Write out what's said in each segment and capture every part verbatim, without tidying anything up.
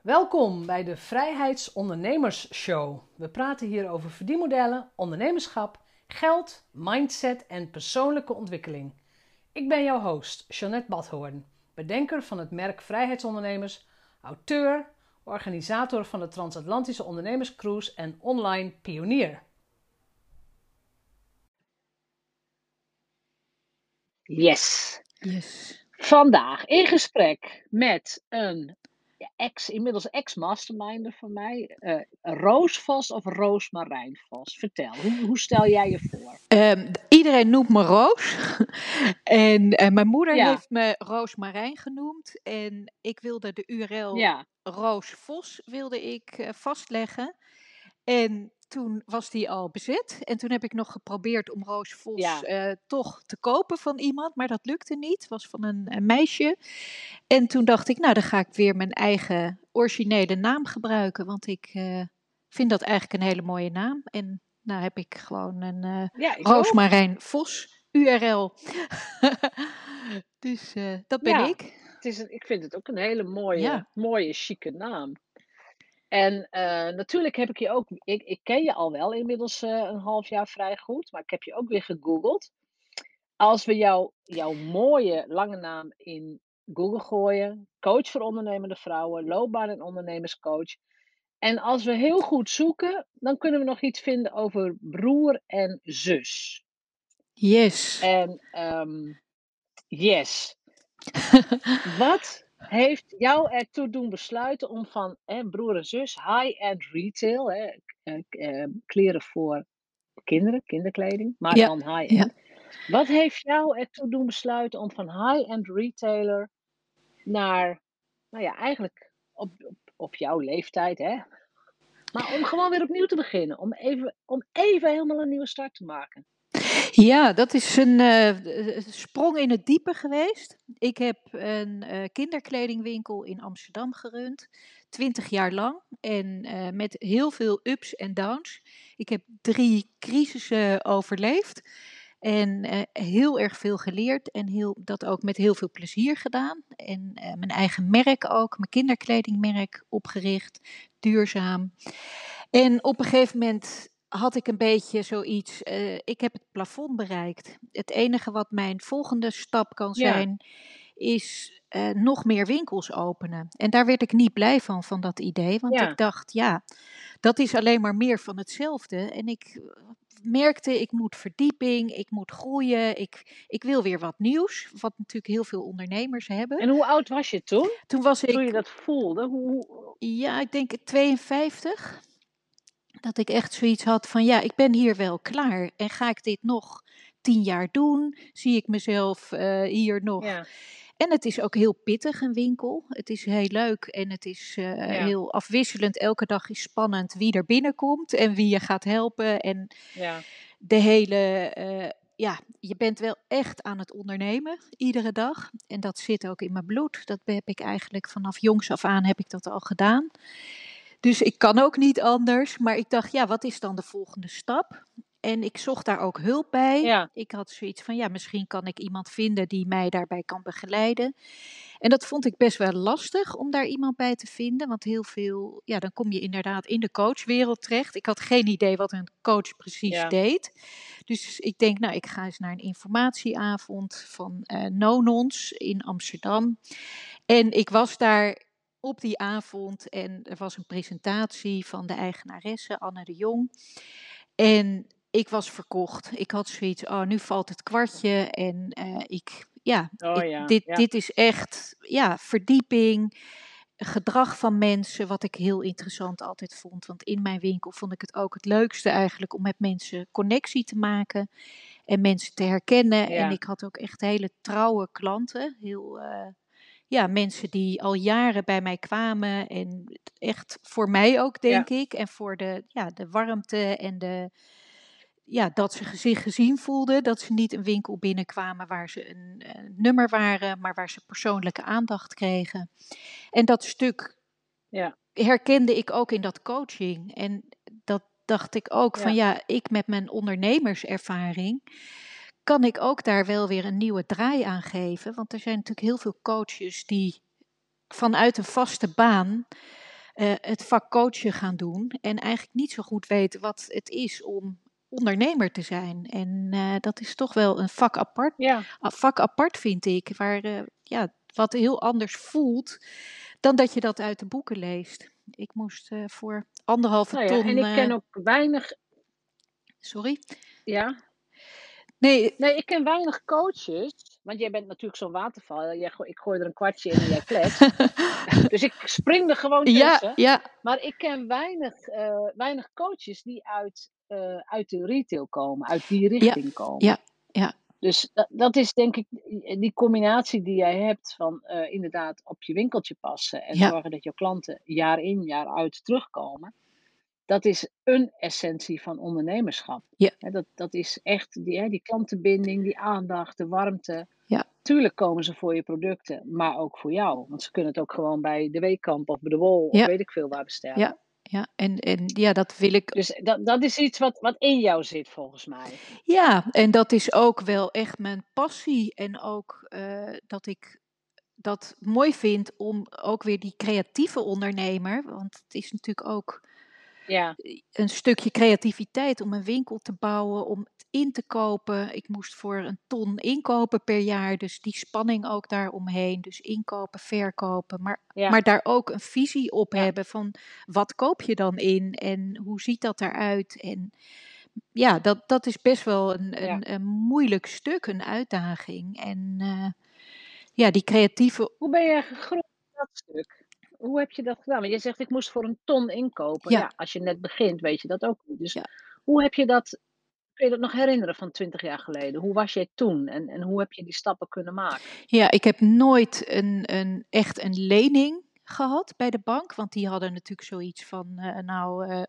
Welkom bij de Vrijheidsondernemers-show. We praten hier over verdienmodellen, ondernemerschap, geld, mindset en persoonlijke ontwikkeling. Ik ben jouw host, Jeanette Badhoorn, bedenker van het merk Vrijheidsondernemers, auteur, organisator van de Transatlantische Ondernemerscruise en online pionier. Yes. Yes. Vandaag in gesprek met een ex, inmiddels ex-masterminder van mij, uh, Roos Vos of Roos Marijn Vos. Vertel, hoe, hoe stel jij je voor? Um, iedereen noemt me Roos. en uh, mijn moeder Ja. heeft me Roos Marijn genoemd. En ik wilde de U R L Ja. Roos Vos wilde ik uh, vastleggen. En toen was die al bezet. En toen heb ik nog geprobeerd om Roos Vos Ja. uh, toch te kopen van iemand. Maar dat lukte niet. Het was van een, een meisje. En toen dacht ik, nou dan ga ik weer mijn eigen originele naam gebruiken. Want ik uh, vind dat eigenlijk een hele mooie naam. En nou heb ik gewoon een uh, ja, Roos Marijn Vos U R L. dus uh, dat ben ja, ik. Het is een, ik vind het ook een hele mooie, ja. mooie chique naam. En uh, natuurlijk heb ik je ook, ik, ik ken je al wel inmiddels uh, een half jaar vrij goed, maar ik heb je ook weer gegoogeld. Als we jou, jouw mooie lange naam in Google gooien, coach voor ondernemende vrouwen, loopbaan- en ondernemerscoach. En als we heel goed zoeken, dan kunnen we nog iets vinden over broer en zus. Yes. En um, yes. Wat heeft jou ertoe doen besluiten om van eh, broer en zus, high-end retail, eh, eh, kleren voor kinderen, kinderkleding, maar ja, dan high-end. Ja. Wat heeft jou ertoe doen besluiten om van high-end retailer naar, nou ja, eigenlijk op, op, op jouw leeftijd, hè? Maar om gewoon weer opnieuw te beginnen. Om even, om even helemaal een nieuwe start te maken. Ja, dat is een uh, sprong in het diepe geweest. Ik heb een uh, kinderkledingwinkel in Amsterdam gerund. Twintig jaar lang. En uh, met heel veel ups en downs. Ik heb drie crisissen overleefd. En uh, heel erg veel geleerd. En heel, dat ook met heel veel plezier gedaan. En uh, mijn eigen merk ook. Mijn kinderkledingmerk opgericht. Duurzaam. En op een gegeven moment had ik een beetje zoiets, uh, ik heb het plafond bereikt. Het enige wat mijn volgende stap kan zijn, ja. is uh, nog meer winkels openen. En daar werd ik niet blij van, van dat idee. Want ja. ik dacht, ja, dat is alleen maar meer van hetzelfde. En ik merkte, ik moet verdieping, ik moet groeien, ik, ik wil weer wat nieuws. Wat natuurlijk heel veel ondernemers hebben. En hoe oud was je toen? Toen was toen ik... je dat voelde? Hoe... Ja, ik denk tweeënvijftig. Dat ik echt zoiets had van, ja, ik ben hier wel klaar. En ga ik dit nog tien jaar doen? Zie ik mezelf uh, hier nog? Ja. En het is ook heel pittig, een winkel. Het is heel leuk en het is uh, ja. heel afwisselend. Elke dag is spannend wie er binnenkomt en wie je gaat helpen. En ja. de hele... Uh, ja, je bent wel echt aan het ondernemen, iedere dag. En dat zit ook in mijn bloed. Dat heb ik eigenlijk vanaf jongs af aan heb ik dat al gedaan. Dus ik kan ook niet anders. Maar ik dacht, ja, wat is dan de volgende stap? En ik zocht daar ook hulp bij. Ja. Ik had zoiets van, ja, misschien kan ik iemand vinden die mij daarbij kan begeleiden. En dat vond ik best wel lastig om daar iemand bij te vinden. Want heel veel, ja, dan kom je inderdaad in de coachwereld terecht. Ik had geen idee wat een coach precies ja. deed. Dus ik denk, nou, ik ga eens naar een informatieavond van uh, Nonons in Amsterdam. En ik was daar op die avond en er was een presentatie van de eigenaresse, Anne de Jong. En ik was verkocht. Ik had zoiets, oh, nu valt het kwartje en uh, ik, ja, oh, ik, ja, dit, ja. dit is echt, ja, verdieping, gedrag van mensen, wat ik heel interessant altijd vond. Want in mijn winkel vond ik het ook het leukste eigenlijk om met mensen connectie te maken en mensen te herkennen. Ja. En ik had ook echt hele trouwe klanten, heel... Uh, Ja, mensen die al jaren bij mij kwamen en echt voor mij ook, denk ja. ik. En voor de, ja, de warmte en de, ja, dat ze zich gezien voelden. Dat ze niet een winkel binnenkwamen waar ze een, een nummer waren, maar waar ze persoonlijke aandacht kregen. En dat stuk ja. herkende ik ook in dat coaching. En dat dacht ik ook van, ja, ja ik met mijn ondernemerservaring... kan ik ook daar wel weer een nieuwe draai aan geven. Want er zijn natuurlijk heel veel coaches die vanuit een vaste baan uh, het vak coachen gaan doen. En eigenlijk niet zo goed weten wat het is om ondernemer te zijn. En uh, dat is toch wel een vak apart, Ja, vak apart vind ik. Waar, uh, ja, wat heel anders voelt dan dat je dat uit de boeken leest. Ik moest uh, voor anderhalve nou ja, ton... en ik Uh, ken ook weinig, sorry? ja, Nee, nee, ik ken weinig coaches, want jij bent natuurlijk zo'n waterval. Jij gooi, ik gooi er een kwartje in en jij kletst. Dus ik spring er gewoon ja, tussen. ja, Maar ik ken weinig, uh, weinig coaches die uit, uh, uit de retail komen, uit die ja, richting komen. ja, ja. Dus dat, dat is denk ik die combinatie die jij hebt van uh, inderdaad op je winkeltje passen en Ja. zorgen dat jouw klanten jaar in, jaar uit terugkomen. Dat is een essentie van ondernemerschap. Ja. He, dat, dat is echt die, he, die klantenbinding, die aandacht, de warmte. Ja. Tuurlijk komen ze voor je producten, maar ook voor jou. Want ze kunnen het ook gewoon bij de Weekamp of bij de Wol Ja. of weet ik veel waar bestellen. Ja, ja. En, en ja, dat wil ik. Dus dat, dat is iets wat, wat in jou zit volgens mij. Ja, en dat is ook wel echt mijn passie. En ook uh, dat ik dat mooi vind om ook weer die creatieve ondernemer. Want het is natuurlijk ook Ja. een stukje creativiteit om een winkel te bouwen, om het in te kopen. Ik moest voor een ton inkopen per jaar, dus die spanning ook daaromheen. Dus inkopen, verkopen, maar, Ja. maar daar ook een visie op Ja. hebben van wat koop je dan in en hoe ziet dat eruit. En ja, dat, dat is best wel een, Ja. een, een moeilijk stuk, een uitdaging. En uh, ja, die creatieve... Hoe ben je gegroeid in dat stuk? Hoe heb je dat gedaan? Want je zegt, ik moest voor een ton inkopen. Ja, Ja. als je net begint, weet je dat ook niet. Dus Ja. hoe heb je dat, kun je dat nog herinneren van twintig jaar geleden? Hoe was jij toen en, en hoe heb je die stappen kunnen maken? Ja, ik heb nooit een, een, echt een lening gehad bij de bank. Want die hadden natuurlijk zoiets van, uh, nou, uh,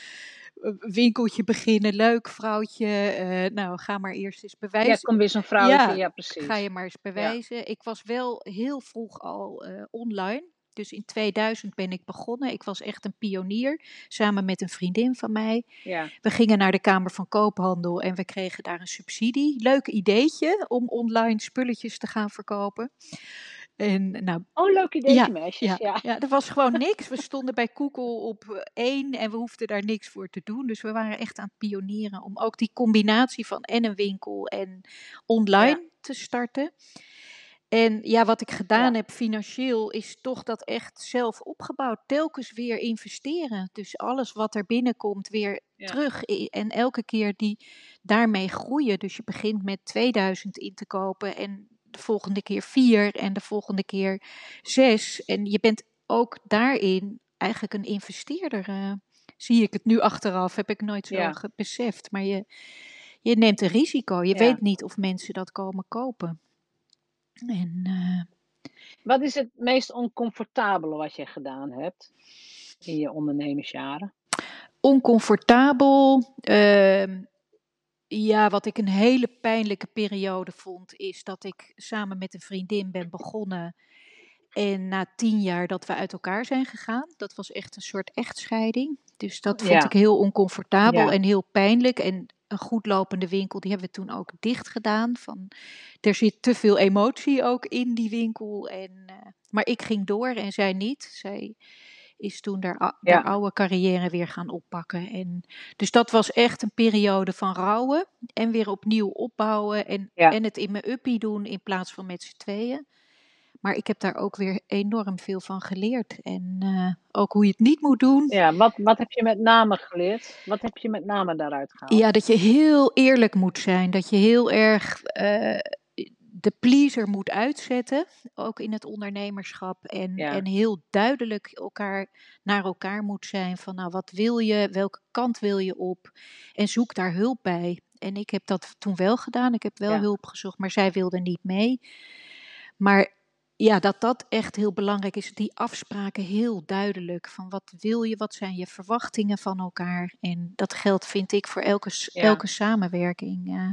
winkeltje beginnen, leuk vrouwtje. Uh, nou, ga maar eerst eens bewijzen. Ja, kom weer zo'n vrouwtje, ja, ja, precies. Ga je maar eens bewijzen. Ja. Ik was wel heel vroeg al uh, online. Dus in tweeduizend ben ik begonnen. Ik was echt een pionier, samen met een vriendin van mij. Ja. We gingen naar de Kamer van Koophandel en we kregen daar een subsidie. Leuk ideetje om online spulletjes te gaan verkopen. En, nou, oh, leuk ideetje, ja, meisjes. Ja, ja. ja, er was gewoon niks. We stonden bij Google op één en we hoefden daar niks voor te doen. Dus we waren echt aan het pionieren om ook die combinatie van en een winkel en online ja. te starten. En ja, wat ik gedaan ja. heb financieel is toch dat echt zelf opgebouwd. Telkens weer investeren. Dus alles wat er binnenkomt weer ja. terug. En elke keer die daarmee groeien. Dus je begint met tweeduizend in te kopen en de volgende keer vier en de volgende keer zes. En je bent ook daarin eigenlijk een investeerder. Uh, zie ik het nu achteraf, heb ik nooit zo ja. beseft. Maar je, je neemt een risico. Je ja. weet niet of mensen dat komen kopen. En, uh, wat is het meest oncomfortabele wat je gedaan hebt in je ondernemersjaren? Oncomfortabel. Uh, ja, wat ik een hele pijnlijke periode vond, is dat ik samen met een vriendin ben begonnen. En na tien jaar dat we uit elkaar zijn gegaan. Dat was echt een soort echtscheiding. Dus dat vond ja. ik heel oncomfortabel ja. en heel pijnlijk. En een goed lopende winkel, die hebben we toen ook dicht gedaan. Van, er zit te veel emotie ook in die winkel. En, uh, maar ik ging door en zij niet. Zij is toen haar, ja. haar oude carrière weer gaan oppakken. En, dus dat was echt een periode van rouwen. En weer opnieuw opbouwen. En, ja. en het in mijn uppie doen in plaats van met z'n tweeën. Maar ik heb daar ook weer enorm veel van geleerd. En uh, ook hoe je het niet moet doen. Ja, wat, wat heb je met name geleerd? Wat heb je met name daaruit gehaald? Ja, dat je heel eerlijk moet zijn. Dat je heel erg uh, de pleaser moet uitzetten. Ook in het ondernemerschap. En, ja. en heel duidelijk elkaar, naar elkaar moet zijn. Van nou, wat wil je? Welke kant wil je op? En zoek daar hulp bij. En ik heb dat toen wel gedaan. Ik heb wel ja. hulp gezocht. Maar zij wilde niet mee. Maar... ja, dat dat echt heel belangrijk is. Die afspraken heel duidelijk. Van wat wil je, wat zijn je verwachtingen van elkaar. En dat geldt, vind ik, voor elke, ja. elke samenwerking. Uh,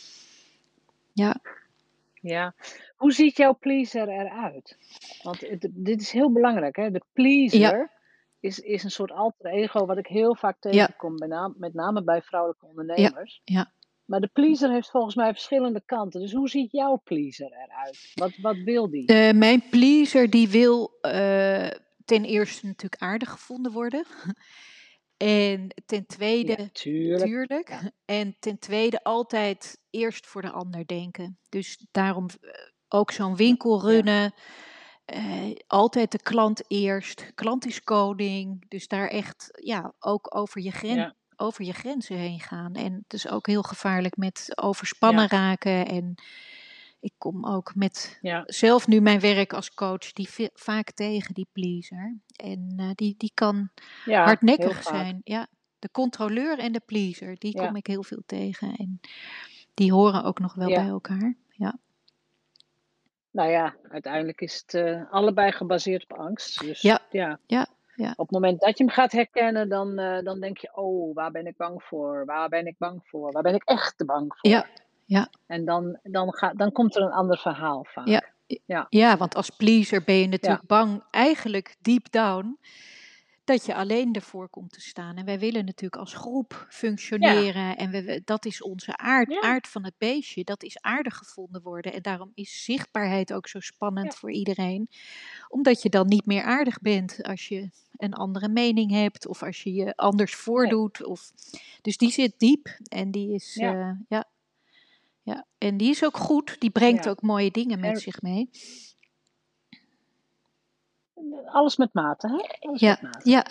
ja. Ja. Hoe ziet jouw pleaser eruit? Want het, dit is heel belangrijk. Hè? De pleaser ja. is, is een soort alter ego wat ik heel vaak tegenkom. Ja. Met name bij vrouwelijke ondernemers. Ja. Ja. Maar de pleaser heeft volgens mij verschillende kanten. Dus hoe ziet jouw pleaser eruit? Wat, wat wil die? Uh, mijn pleaser die wil uh, ten eerste natuurlijk aardig gevonden worden. En ten tweede, Ja, tuurlijk. tuurlijk. Ja. En ten tweede altijd eerst voor de ander denken. Dus daarom eh, ook zo'n winkel runnen. eh, altijd de klant eerst. Klant is koning. Dus daar echt ja, ook over je, gren- Ja. over je grenzen heen gaan. En het is ook heel gevaarlijk met overspannen Ja. raken. En ik kom ook met Ja. zelf nu mijn werk als coach die ve- vaak tegen die pleaser. En eh, die, die kan Ja, heel hardnekkig vaak. zijn. Ja, de controleur en de pleaser, die Ja. kom ik heel veel tegen. En die horen ook nog wel Ja. bij elkaar. Ja, Nou ja, uiteindelijk is het eh, allebei gebaseerd op angst. Dus ja, ja, ja, ja, op het moment dat je hem gaat herkennen, dan, eh, dan denk je, oh, waar ben ik bang voor? Waar ben ik bang voor? Waar ben ik echt te bang voor? ja, ja, En dan, dan, ga, dan komt er een ander verhaal vaak. ja. Ja. Ja, want als pleaser ben je Ja. natuurlijk bang, eigenlijk deep down, dat je alleen ervoor komt te staan. En wij willen natuurlijk als groep functioneren. En we, we- dat is onze aard, Ja. aard van het beestje. Dat is aardig gevonden worden. En daarom is zichtbaarheid ook zo spannend Ja. voor iedereen. Omdat je dan niet meer aardig bent als je een andere mening hebt. Of als je je anders voordoet. Of, dus die zit diep. En die is, Ja. eh, ja, ja. En die is ook goed. Die brengt Ja. ook mooie dingen met En zich mee. alles met mate, hè? Alles Ja, met mate. ja.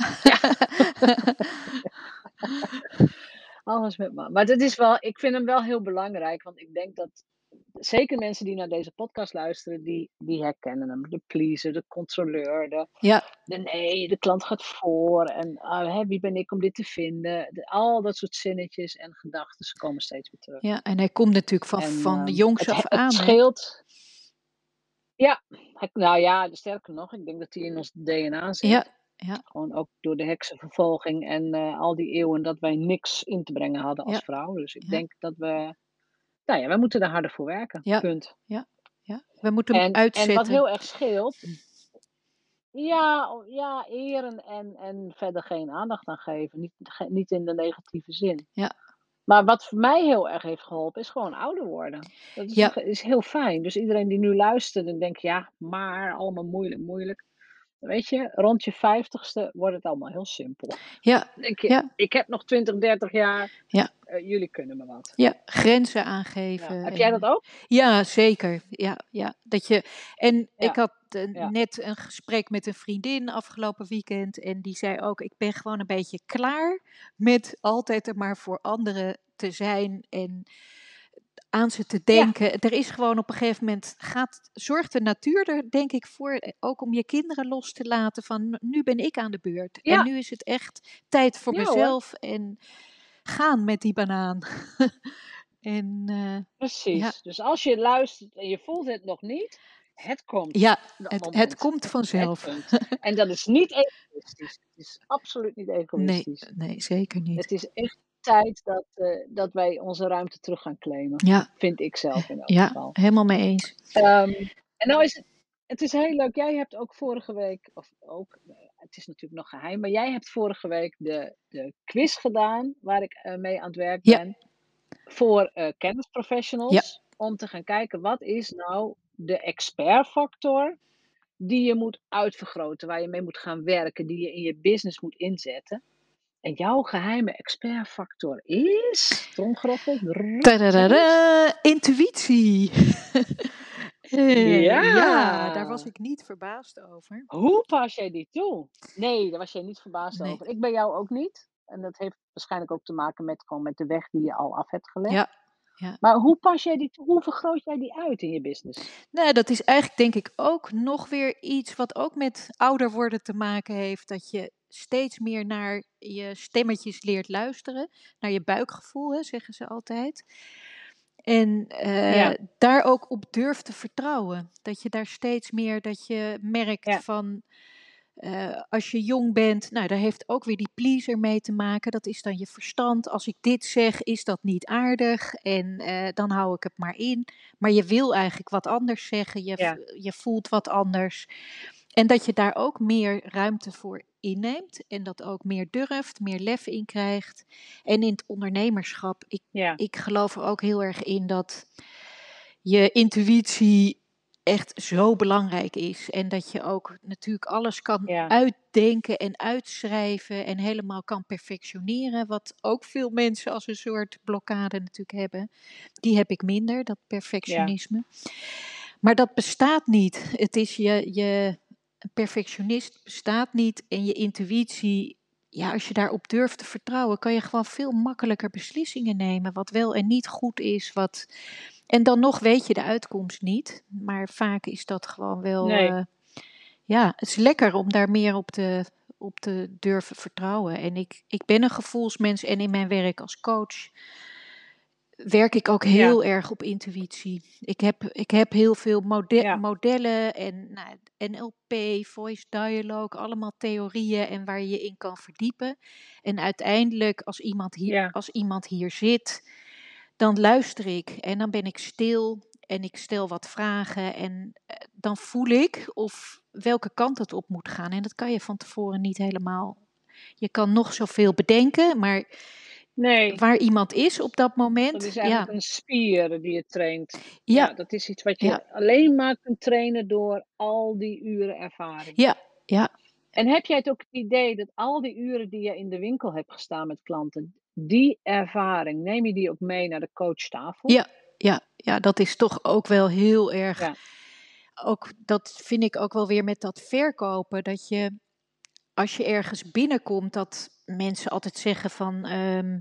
Alles met mate. Maar het is wel, ik vind hem wel heel belangrijk, want ik denk dat zeker mensen die naar deze podcast luisteren, die, die herkennen hem. De pleaser, de controleur, de, Ja, de nee, de klant gaat voor en ah, hè, wie ben ik om dit te vinden? De, al dat soort zinnetjes en gedachten komen steeds weer terug. ja, en hij komt natuurlijk van, En van ehm, jongs het, af het aan. Hè? scheelt. Ja, het- nou ja, sterker nog, ik denk dat die in ons D N A zit. Ja, ja, Gewoon ook door de heksenvervolging en eh, al die eeuwen dat wij niks in te brengen hadden als ja, vrouw. Dus ik ja, denk dat we, nou ja, wij moeten er harder voor werken. ja, Punt. ja, ja. We moeten hem En, en wat uitzetten. heel erg scheelt, ja, o- ja eren en, en verder geen aandacht aan geven. Niet, ge- niet in de negatieve zin. Ja, Maar wat voor mij heel erg heeft geholpen, is gewoon ouder worden. Dat is, ja, een- is heel fijn. Dus iedereen die nu luistert en denkt, ja, maar allemaal moeilijk, moeilijk. Weet je, rond je vijftigste wordt het allemaal heel simpel. ja, Dan denk je, ja, ik heb nog twintig, dertig jaar, ja, eh, jullie kunnen me wat. ja. Grenzen Ja. aangeven. Heb jij En, dat ook? ja, zeker. Ja, ja. Dat je, en ik Ja, had eh, ja, net een gesprek met een vriendin afgelopen weekend. En die zei ook, ik ben gewoon een beetje klaar met altijd er maar voor anderen te zijn. En aan ze te ja, denken. Er is gewoon op een gegeven moment, gaat, zorgt de natuur er denk ik voor, eh, ook om je kinderen los te laten van nu ben ik aan de beurt. En ja, nu is het echt tijd voor ja hoor, mezelf en gaan met die banaan. En eh, ja, precies. Dus als je luistert en je voelt het nog niet, het komt, ja, dat het, het moment. komt Het vanzelf. komt. En dat is niet egoïstisch. Het is absoluut niet Nee, egoïstisch. nee, zeker niet. Het is echt tijd dat, eh, dat wij onze ruimte terug gaan claimen. Ja, Vind ik zelf in elk ja, geval. helemaal mee eens. Ehm, en nou is het, het is heel leuk. Jij hebt ook vorige week, of ook, eh, het is natuurlijk nog geheim, maar jij hebt vorige week de, de quiz gedaan waar ik eh, mee aan het werk Ja, ben voor eh ja, kennisprofessionals. Om te gaan kijken wat is nou de expertfactor die je moet uitvergroten, waar je mee moet gaan werken, die je in je business moet inzetten. En jouw geheime expertfactor is, tromgeroffel, drrrr, zeg eens. tadadada, intuïtie. Eh, ja, daar was Ja, ik niet verbaasd over. hoe pas jij die toe? Nee, daar was jij niet verbaasd Nee, over. Ik ben jou ook niet. En dat heeft waarschijnlijk ook te maken met, gewoon met de weg die je al af hebt gelegd. ja, ja. Maar hoe pas jij die toe? Hoe vergroot jij die uit in je business? Nou, dat is eigenlijk denk ik ook nog weer iets wat ook met ouder worden te maken heeft. Dat je steeds meer naar je stemmetjes leert luisteren. Naar je buikgevoel, hè, zeggen ze altijd. En eh, Ja, daar ook op durft te vertrouwen. Dat je daar steeds meer, dat je merkt ja, van, eh, als je jong bent, nou, daar heeft ook weer die pleaser mee te maken. Dat is dan je verstand. Als ik dit zeg, is dat niet aardig en eh, dan hou ik het maar in. Maar je wil eigenlijk wat anders zeggen, je, ja, v- je voelt wat anders. En dat je daar ook meer ruimte voor inneemt en dat ook meer durft, meer lef in krijgt. En in het ondernemerschap, ik, ja, ik geloof er ook heel erg in dat je intuïtie echt zo belangrijk is. En dat je ook natuurlijk alles kan Ja, uitdenken en uitschrijven en helemaal kan perfectioneren. Wat ook veel mensen als een soort blokkade natuurlijk hebben. Die heb ik minder, dat ja, perfectionisme. Maar dat bestaat niet. Het is je, je een perfectionist bestaat niet en je intuïtie. Ja, als je daarop durft te vertrouwen, kan je gewoon veel makkelijker beslissingen nemen. Wat wel en niet goed is. Wat... En dan nog weet je de uitkomst niet. Maar vaak is dat gewoon wel. nee, eh, ja, het is lekker om daar meer op te, op te durven vertrouwen. En ik, ik ben een gevoelsmens en in mijn werk als coach werk ik ook ja, heel erg op intuïtie. Ik heb, ik heb heel veel mode- ja, modellen en nou, N L P, voice dialogue, allemaal theorieën en waar je je in kan verdiepen. En uiteindelijk, als iemand hier, ja, als iemand hier zit, dan luister ik en dan ben ik stil en ik stel wat vragen en eh, dan voel ik of welke kant het op moet gaan. En dat kan je van tevoren niet helemaal. Je kan nog zoveel bedenken, maar nee. waar iemand is op dat Dat moment, is eigenlijk ja, een spier die je traint. ja, Ja, dat is iets wat ja, je alleen maar kunt trainen door al die uren ervaring. ja, ja, En heb jij het ook het idee dat al die uren die je in de winkel hebt gestaan met klanten, die ervaring, neem je die ook mee naar de coachtafel? ja, ja, ja, dat is toch ook wel heel erg. Ja, Ook dat vind ik ook wel weer met dat verkopen, dat je als je ergens binnenkomt, dat mensen altijd zeggen van, ehm,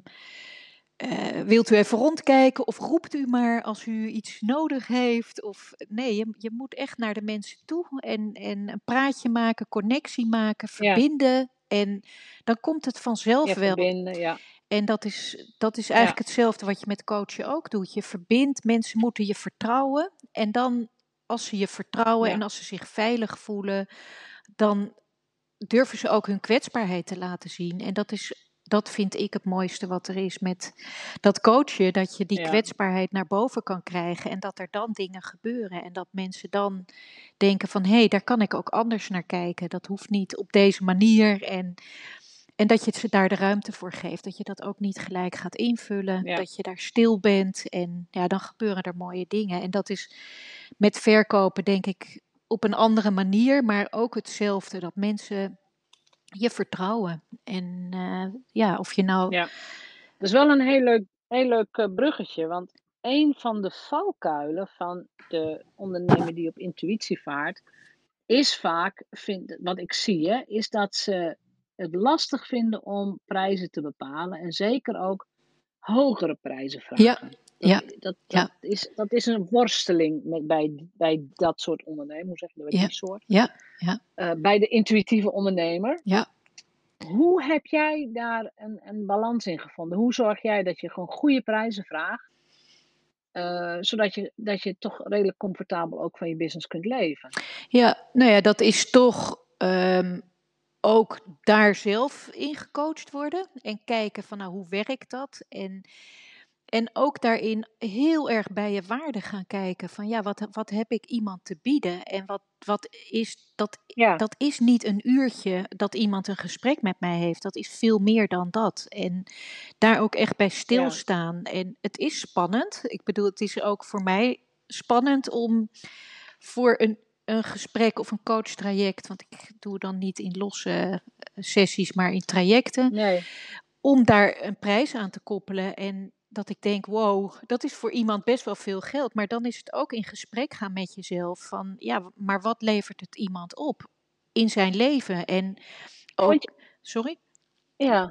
eh, wilt u even rondkijken of roept u maar als u iets nodig heeft? Of nee, je, je moet echt naar de mensen toe en, en een praatje maken, connectie maken, ja, verbinden. En dan komt het vanzelf ja, wel. verbinden, ja, En dat is, dat is ja, eigenlijk hetzelfde wat je met coachen ook doet. Je verbindt, mensen moeten je vertrouwen. En dan, als ze je vertrouwen en ja, als ze zich veilig voelen, dan durven ze ook hun kwetsbaarheid te laten zien. En dat is, dat vind ik het mooiste wat er is met dat coachen. Dat je die ja, kwetsbaarheid naar boven kan krijgen en dat er dan dingen gebeuren. En dat mensen dan denken van, hé, hey, daar kan ik ook anders naar kijken. Dat hoeft niet op deze manier. En, en dat je ze daar de ruimte voor geeft. Dat je dat ook niet gelijk gaat invullen. ja, Dat je daar stil bent. En ja, dan gebeuren er mooie dingen. En dat is met verkopen denk ik op een andere manier, maar ook hetzelfde. Dat mensen je vertrouwen. En eh, ja, of je nou. ja. Dat is wel een heel leuk, heel leuk eh, bruggetje, want een van de valkuilen van de ondernemer die op intuïtie vaart, is vaak, vind, wat ik zie, hè, is dat ze het lastig vinden om prijzen te bepalen en zeker ook hogere prijzen Ja, vragen. Dat, ja, i- dat, dat, ja, is, dat is een worsteling met, bij, bij dat soort ondernemer, hoe zeg je dat, bij ja, die soort, ja, ja, eh, bij de intuïtieve ondernemer. ja. Hoe heb jij daar een, een balans in gevonden? Hoe zorg jij dat je gewoon goede prijzen vraagt, eh, zodat je, dat je toch redelijk comfortabel ook van je business kunt leven? Ja, nou ja, dat is toch ehm, ook daar zelf in gecoacht worden. En kijken van nou, hoe werkt dat? En En ook daarin heel erg bij je waarde gaan kijken. Van ja, wat, wat heb ik iemand te bieden? En wat, wat is dat? Ja, Dat is niet een uurtje dat iemand een gesprek met mij heeft. Dat is veel meer dan dat. En daar ook echt bij ja, stilstaan. En het is spannend. Ik bedoel, het is ook voor mij spannend om voor een, een gesprek of een coachtraject. Want ik doe dan niet in losse eh, sessies, maar in trajecten nee, om daar een prijs aan te koppelen. En dat ik denk, wow, dat is voor iemand best wel veel geld. Maar dan is het ook in gesprek gaan met jezelf. Van ja, maar wat levert het iemand op in zijn leven? En vond je, ook, sorry? ja.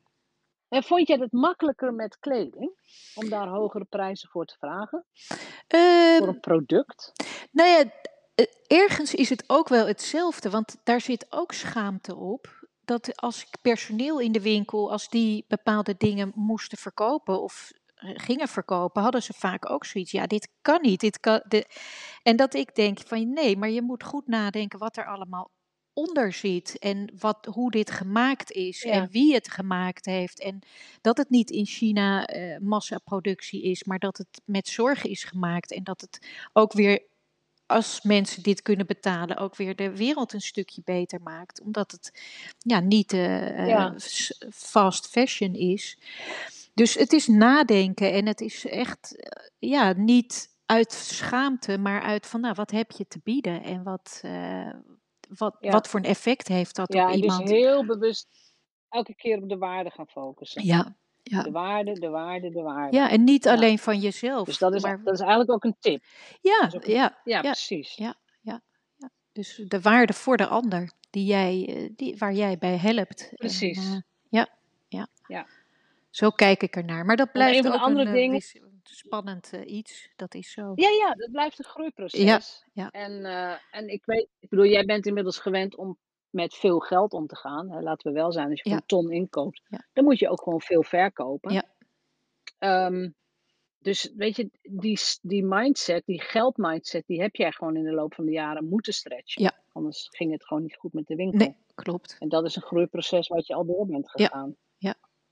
En vond jij het makkelijker met kleding? Om daar hogere prijzen voor te vragen? Voor Ehm, een product? nou ja, eh, ergens is het ook wel hetzelfde. Want daar zit ook schaamte op. Dat als ik personeel in de winkel, als die bepaalde dingen moesten verkopen of eh, gingen verkopen, hadden ze vaak ook zoiets. Ja, dit kan niet. Dit kan, de... En dat ik denk van nee, maar je moet goed nadenken wat er allemaal onder zit. En wat, hoe dit gemaakt is en Ja, wie het gemaakt heeft. En dat het niet in China eh, massaproductie is, maar dat het met zorg is gemaakt. En dat het ook weer als mensen dit kunnen betalen, ook weer de wereld een stukje beter maakt. Omdat het ja, niet eh, eh, ja, s- fast fashion is. Dus het is nadenken en het is echt eh, ja, niet uit schaamte, maar uit van, nou, wat heb je te bieden en wat, uh, wat, Ja. wat voor een effect heeft dat Ja, op en dus iemand? heel bewust elke keer op de waarde gaan focussen. Ja, ja. De waarde, de waarde, de waarde. Ja, en niet Ja. alleen van jezelf. Dus dat is, maar... dat is eigenlijk ook een tip. Ja, Dat is ook een- ja, ja, ja, precies. ja, ja, ja. Dus de waarde voor de ander, die jij, eh, die, waar jij bij helpt. Precies. En, uh, ja, ja. Ja. Zo kijk ik ernaar. Maar dat Want een blijft van de ook andere een uh, dingen... wis- spannend uh, iets. Dat is zo. Ja, ja, dat blijft een groeiproces. Ja, ja. En, uh, en ik weet, ik bedoel, jij bent inmiddels gewend om met veel geld om te gaan. Hè, laten we wel zijn, als je voor Ja. een ton inkoopt, Ja. dan moet je ook gewoon veel verkopen. Ja. Um, dus weet je, die, die mindset, die geldmindset, die heb jij gewoon in de loop van de jaren moeten stretchen. Ja. Anders ging het gewoon niet goed met de winkel. Nee, klopt. En dat is een groeiproces wat je al door bent gegaan. Ja. Ja.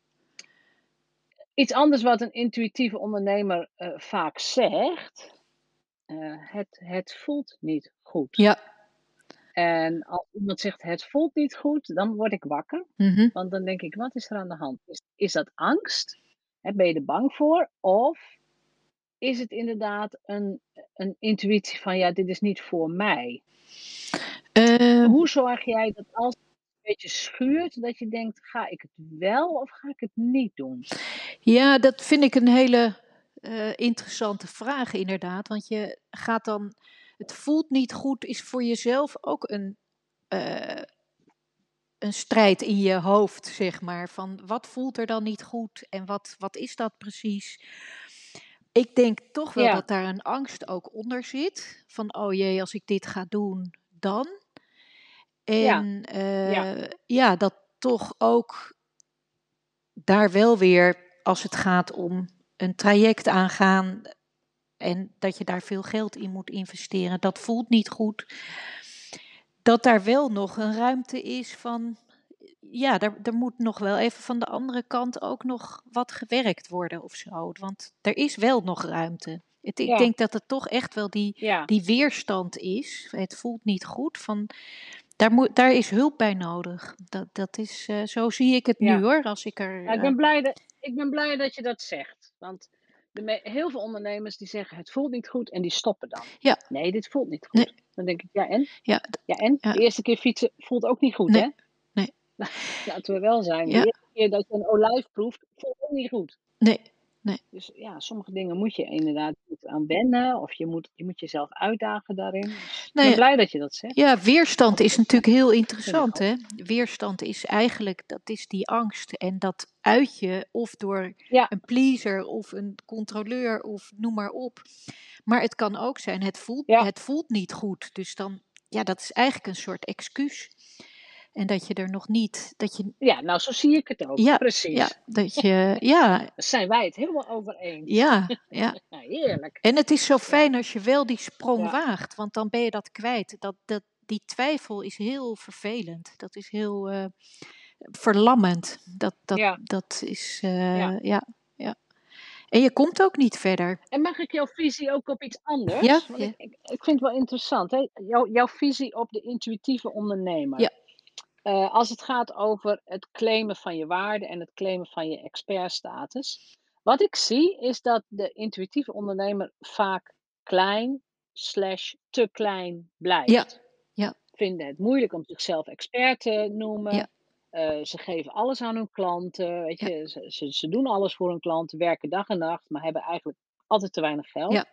Iets anders wat een intuïtieve ondernemer uh, vaak zegt, uh, het, het voelt niet goed. Ja. En als iemand zegt het voelt niet goed, dan word ik wakker. Mm-hmm. Want dan denk ik, wat is er aan de hand? Is, is dat angst? He, ben je er bang voor? Of is het inderdaad een, een intuïtie van, ja, dit is niet voor mij? Uh, Hoe zorg jij dat als het een beetje schuurt, dat je denkt, ga ik het wel of ga ik het niet doen? Ja, dat vind ik een hele uh, interessante vraag inderdaad. Want je gaat dan, het voelt niet goed, is voor jezelf ook een, uh, een strijd in je hoofd, zeg maar. Van wat voelt er dan niet goed en wat, wat is dat precies? Ik denk toch wel Ja. dat daar een angst ook onder zit. Van, oh jee, als ik dit ga doen, dan. En ja, uh, ja. ja dat toch ook daar wel weer, als het gaat om een traject aangaan en dat je daar veel geld in moet investeren, dat voelt niet goed. Dat daar wel nog een ruimte is van, ja, er, er moet nog wel even van de andere kant ook nog wat gewerkt worden of zo. Want er is wel nog ruimte. Het, ik ja. denk dat het toch echt wel die, ja. die weerstand is. Het voelt niet goed. Van, daar, moet, daar is hulp bij nodig. Dat, dat is, uh, zo zie ik het ja. nu hoor. Als ik, er, uh... ja, ik, ben blij dat, ik ben blij dat je dat zegt. Want de me- heel veel ondernemers die zeggen het voelt niet goed en die stoppen dan. Ja. Nee, dit voelt niet goed. Nee. Dan denk ik, ja en? Ja, ja en? Ja. De eerste keer fietsen voelt ook niet goed, nee. hè? Nee. Laten we wel zijn. De Ja. eerste keer dat je een olijf proeft, voelt ook niet goed. Nee. Nee. Dus ja, sommige dingen moet je inderdaad aan wennen. Of je moet, je moet jezelf uitdagen daarin. Dus nee, ik ben blij dat je dat zegt. Ja, weerstand is natuurlijk heel interessant. Hè? Weerstand is eigenlijk, dat is die angst. En dat uit je of door ja. een pleaser of een controleur of noem maar op. Maar het kan ook zijn, het voelt, ja. het voelt niet goed. Dus dan, ja, dat is eigenlijk een soort excuus. En dat je er nog niet, dat je... Ja, nou zo zie ik het ook, ja, precies. Ja, dat je, ja. Daar zijn wij het helemaal over eens. Ja, ja. ja, heerlijk. En het is zo fijn ja. als je wel die sprong ja. waagt, want dan ben je dat kwijt. Dat, dat, die twijfel is heel vervelend. Dat is heel uh, verlammend. Dat, dat, ja. dat is, uh, ja. ja, ja. En je komt ook niet verder. En mag ik jouw visie ook op iets anders? Ja, Want ja. Ik, ik, ik vind het wel interessant, hè? Jouw, jouw visie op de intuïtieve ondernemer. Ja. Uh, als het gaat over het claimen van je waarde en het claimen van je expertstatus. Wat ik zie is dat de intuïtieve ondernemer vaak klein slash te klein blijft. Ja. Ja. Vinden het moeilijk om zichzelf expert te noemen. Ja. Uh, ze geven alles aan hun klanten. Weet je? Ja. Ze, ze, ze doen alles voor hun klanten, werken dag en nacht, maar hebben eigenlijk altijd te weinig geld. Ja.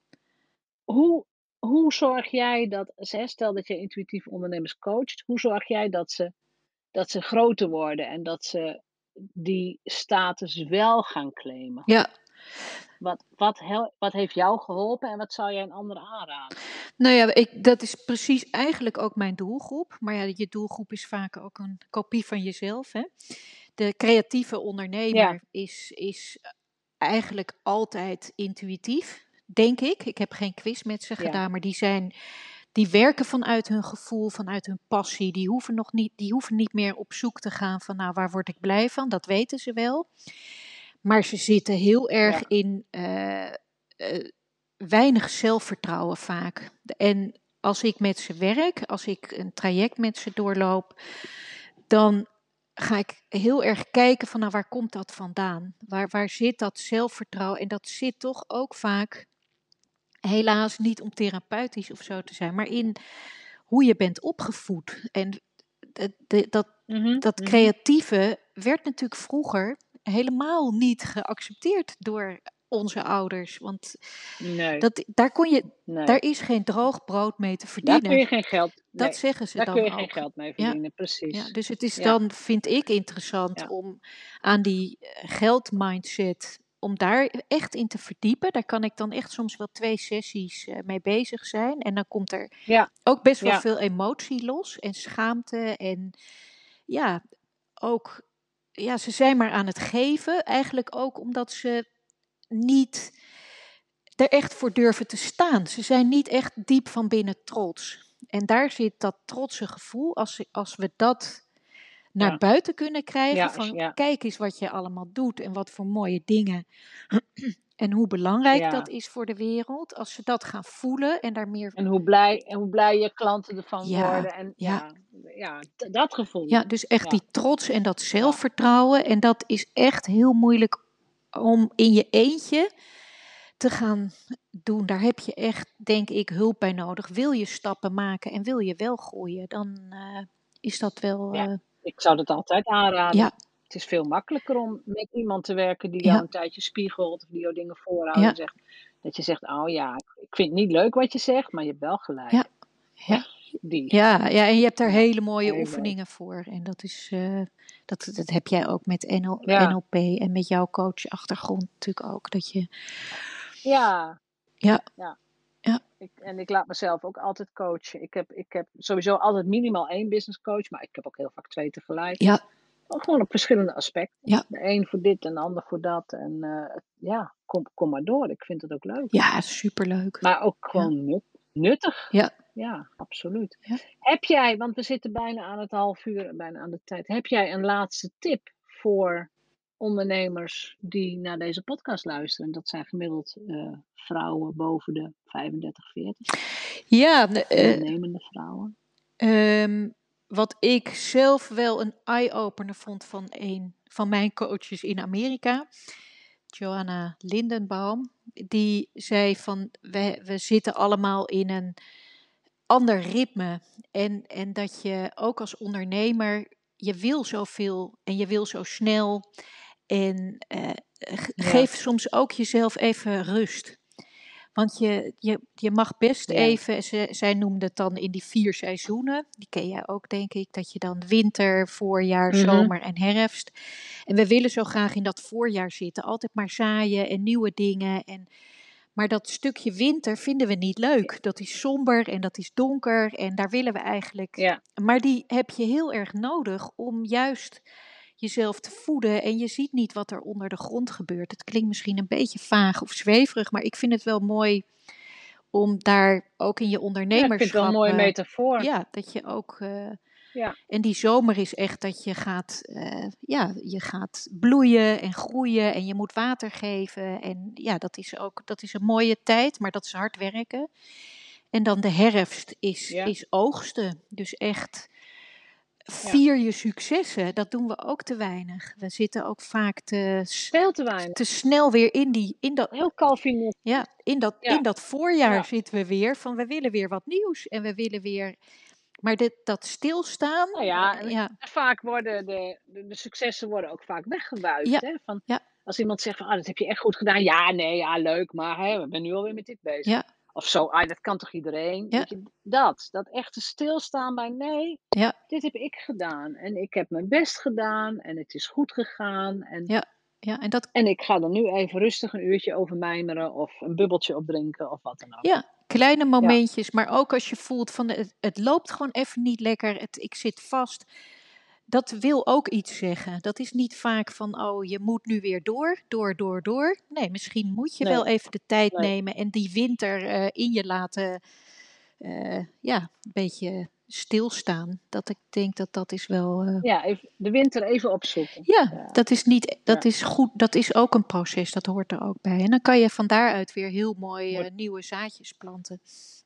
Hoe, hoe zorg jij dat, stel dat je intuïtieve ondernemers coacht, hoe zorg jij dat ze, dat ze groter worden en dat ze die status wel gaan claimen? Ja. Wat, wat, hel, wat heeft jou geholpen en wat zou jij een ander aanraden? Nou ja, ik, dat is precies eigenlijk ook mijn doelgroep. Maar ja, je doelgroep is vaak ook een kopie van jezelf. Hè? De creatieve ondernemer ja. is, is eigenlijk altijd intuïtief, denk ik. Ik heb geen quiz met ze gedaan, ja. maar die zijn... Die werken vanuit hun gevoel, vanuit hun passie. Die hoeven, nog niet, die hoeven niet meer op zoek te gaan van, nou, waar word ik blij van? Dat weten ze wel. Maar ze zitten heel erg ja. in uh, uh, weinig zelfvertrouwen vaak. En als ik met ze werk, als ik een traject met ze doorloop, dan ga ik heel erg kijken van, nou, waar komt dat vandaan? Waar, waar zit dat zelfvertrouwen? En dat zit toch ook vaak helaas niet om therapeutisch of zo te zijn, maar in hoe je bent opgevoed. En dat, dat, dat, Mhm, dat mhm. creatieve werd natuurlijk vroeger helemaal niet geaccepteerd door onze ouders. Want Nee, dat, daar, kon je, nee. daar is geen droog brood mee te Daar kun je verdienen. geen geld Dat nee, zeggen ze daar kun dan je geen ook. geld mee Ja, verdienen, ja, precies. dus het is Ja, dan, vind ik, interessant ja. om aan die eh, geldmindset, om daar echt in te verdiepen. Daar kan ik dan echt soms wel twee sessies eh, mee bezig zijn. En dan komt er Ja, ook best wel ja, veel emotie los en schaamte. En ja, ook, ja, ze zijn maar aan het geven. Eigenlijk ook omdat ze niet er echt voor durven te staan. Ze zijn niet echt diep van binnen trots. En daar zit dat trotse gevoel, als, als we dat naar ja. buiten kunnen krijgen, Ja, als van ja, kijk eens wat je allemaal doet en wat voor mooie dingen en hoe belangrijk dat ja. is voor de wereld. Als ze dat gaan voelen en daar meer, En hoe blij en hoe blij je klanten ervan ja, worden en ja, ja, ja, d dat gevoel. ja, dus echt Ja, die trots en dat ja, zelfvertrouwen. En dat is echt heel moeilijk om in je eentje te gaan doen. Daar heb je echt, denk ik, hulp bij nodig. Wil je stappen maken en wil je wel groeien, dan eh, is dat wel, ja. eh, Ik zou dat altijd aanraden. ja, Het is veel makkelijker om met iemand te werken die jou ja, een tijdje spiegelt of die jou dingen voorhoudt ja, en zegt dat je zegt: "Oh ja, ik vind het niet leuk wat je zegt, maar je hebt wel gelijk." ja, ja. Die. Ja, ja, en je hebt daar Ja, hele mooie heel leuk. oefeningen voor. En dat is, eh, dat, dat heb jij ook met N L, Ja, N L P en met jouw coachachtergrond natuurlijk ook. Dat je, ja, ja, ja. ja, Ik, en ik laat mezelf ook altijd coachen. Ik heb, ik heb sowieso altijd minimaal één business coach, maar ik heb ook heel vaak twee tegelijk. ja, Ook gewoon op verschillende aspecten. ja, De een voor dit en de ander voor dat. En eh, ja, kom, kom maar door. Ik vind het ook leuk. ja, superleuk. Maar ook Ja, gewoon nut, nuttig. ja, Ja, absoluut. ja. Heb jij, want we zitten bijna aan het half uur, bijna aan de tijd. Heb jij een laatste tip voor ondernemers die naar deze podcast luisteren? Dat zijn gemiddeld eh, vrouwen boven de vijfendertig, veertig. Ja, ne- eh, Ondernemende vrouwen. ehm, wat ik zelf wel een eye-opener vond van een van mijn coaches in Amerika, Joanna Lindenbaum, die zei van we, we zitten allemaal in een ander ritme. En, en dat je ook als ondernemer, je wil zoveel en je wil zo snel. En eh, ge- Ja, geef soms ook jezelf even rust. Want je, je, je mag best ja. even, ze, zij noemde het dan in die vier seizoenen. Die ken jij ook, denk ik. Dat je dan winter, voorjaar, Mhm. zomer en herfst. En we willen zo graag in dat voorjaar zitten. Altijd maar zaaien en nieuwe dingen. En, maar dat stukje winter vinden we niet leuk. Dat is somber en dat is donker. En daar willen we eigenlijk. Ja, Maar die heb je heel erg nodig om juist jezelf te voeden. En je ziet niet wat er onder de grond gebeurt. Het klinkt misschien een beetje vaag of zweverig. Maar ik vind het wel mooi om daar ook in je ja, ik vind het wel een ondernemerschap. mooie eh, metafoor. ja, dat je ook. eh, Ja, en die zomer is echt dat je gaat, eh, ja, je gaat bloeien en groeien en je moet water geven. En ja, dat is ook dat is een mooie tijd, maar dat is hard werken. En dan de herfst is, ja, is oogsten. Dus echt ja. vier je successen. Dat doen we ook te weinig. We zitten ook vaak te, s- Veel te weinig. te snel weer in, die, in, dat, Heel Calvinistisch. ja, in, dat, in Ja, dat voorjaar ja, zitten we weer van we willen weer wat nieuws. En we willen weer. Maar dit, dat stilstaan, nou ja, eh, en ja, vaak worden de, de, de successen worden ook vaak weggewuifd. ja, Hè? Van, ja, als iemand zegt van, ah, dat heb je echt goed gedaan. Ja, nee, ja, leuk, maar hè, we zijn nu alweer met dit bezig. ja, Of zo, ah, dat kan toch iedereen? ja, Weet je, dat. Dat echte stilstaan bij, nee, ja, dit heb ik gedaan. En ik heb mijn best gedaan en het is goed gegaan. En, ja, ja. En dat, en ik ga er nu even rustig een uurtje over mijmeren of een bubbeltje opdrinken of wat dan ook. ja, kleine Ja, momentjes, maar ook als je voelt van het, het loopt gewoon even niet lekker, het, ik zit vast. Dat wil ook iets zeggen. Dat is niet vaak van, oh, je moet nu weer door, door, door, door. Nee, misschien moet je wel nee, even de tijd nee. nemen en die winter eh, in je laten, eh, ja, een beetje stilstaan. Dat ik denk dat dat is wel, eh, Ja, even, de winter even opzoeken. ja, Ja, dat is niet, dat ja. is goed, dat is ook een proces, dat hoort er ook bij. En dan kan je van daaruit weer heel mooi Mooi. eh, nieuwe zaadjes planten.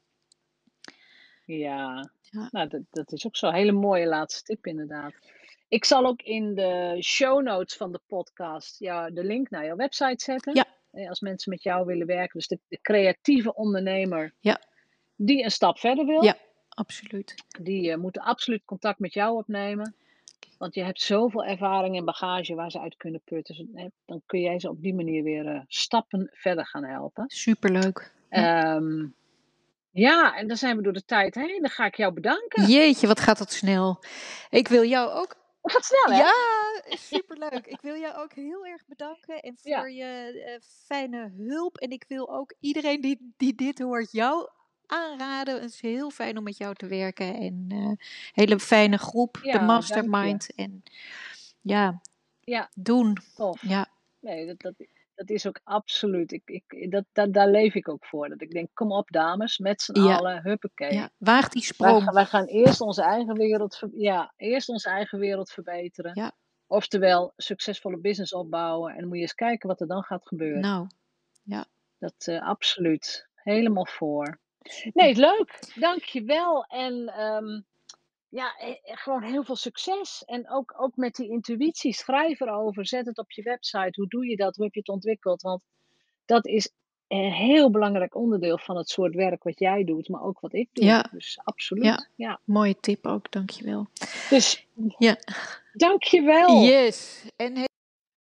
Ja, Ja, nou, dat, dat is ook zo'n hele mooie laatste tip inderdaad. Ik zal ook in de show notes van de podcast ja, de link naar jouw website zetten. ja, eh, als mensen met jou willen werken. Dus de, de creatieve ondernemer Ja. die een stap verder wil. Ja, absoluut. Die uh, moeten absoluut contact met jou opnemen. Want je hebt zoveel ervaring en bagage waar ze uit kunnen putten. Dus, hè, dan kun jij ze op die manier weer uh, stappen verder gaan helpen. Superleuk. Ja. Um, ja, en dan zijn we door de tijd heen. Dan ga ik jou bedanken. Jeetje, wat gaat dat snel. Ik wil jou ook... Het gaat snel, hè? Ja, superleuk. Ik wil jou ook heel erg bedanken en voor Ja. je uh, fijne hulp. En ik wil ook iedereen die, die dit hoort jou aanraden. Het is heel fijn om met jou te werken. En uh, hele fijne groep, Ja, de mastermind. En ja, ja, doen. Tof. Ja. Nee, dat, dat, dat is ook absoluut. Ik, ik, dat, dat, daar leef ik ook voor. Dat ik denk, kom op dames, met z'n Ja. allen, huppakee. Ja. Waag die Wij, sprong. gaan- wij gaan eerst onze eigen wereld, ver- ja, eerst onze eigen wereld verbeteren. Ja. Oftewel, succesvolle business opbouwen. En dan moet je eens kijken wat er dan gaat gebeuren. Nou, ja. Dat uh, absoluut. Helemaal voor. Nee, leuk. Dankjewel. En um, ja, eh, gewoon heel veel succes. En ook, ook met die intuïtie. Schrijf erover. Zet het op je website. Hoe doe je dat? Hoe heb je het ontwikkeld? Want dat is een heel belangrijk onderdeel van het soort werk wat jij doet. Maar ook wat ik doe. Ja. Dus absoluut. Ja. Ja. Mooie tip ook, dankjewel. Dus Ja. dankjewel. Yes. En he-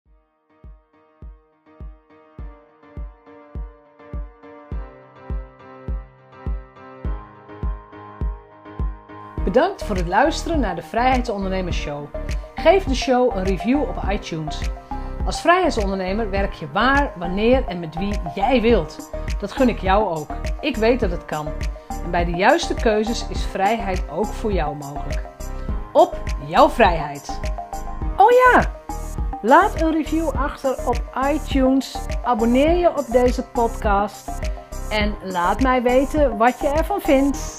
Bedankt voor het luisteren naar de Vrijheidsondernemers Show. Geef de show een review op iTunes. Als vrijheidsondernemer werk je waar, wanneer en met wie jij wilt. Dat gun ik jou ook. Ik weet dat het kan. En bij de juiste keuzes is vrijheid ook voor jou mogelijk. Op jouw vrijheid. Oh ja! Laat een review achter op iTunes. Abonneer je op deze podcast. En laat mij weten wat je ervan vindt.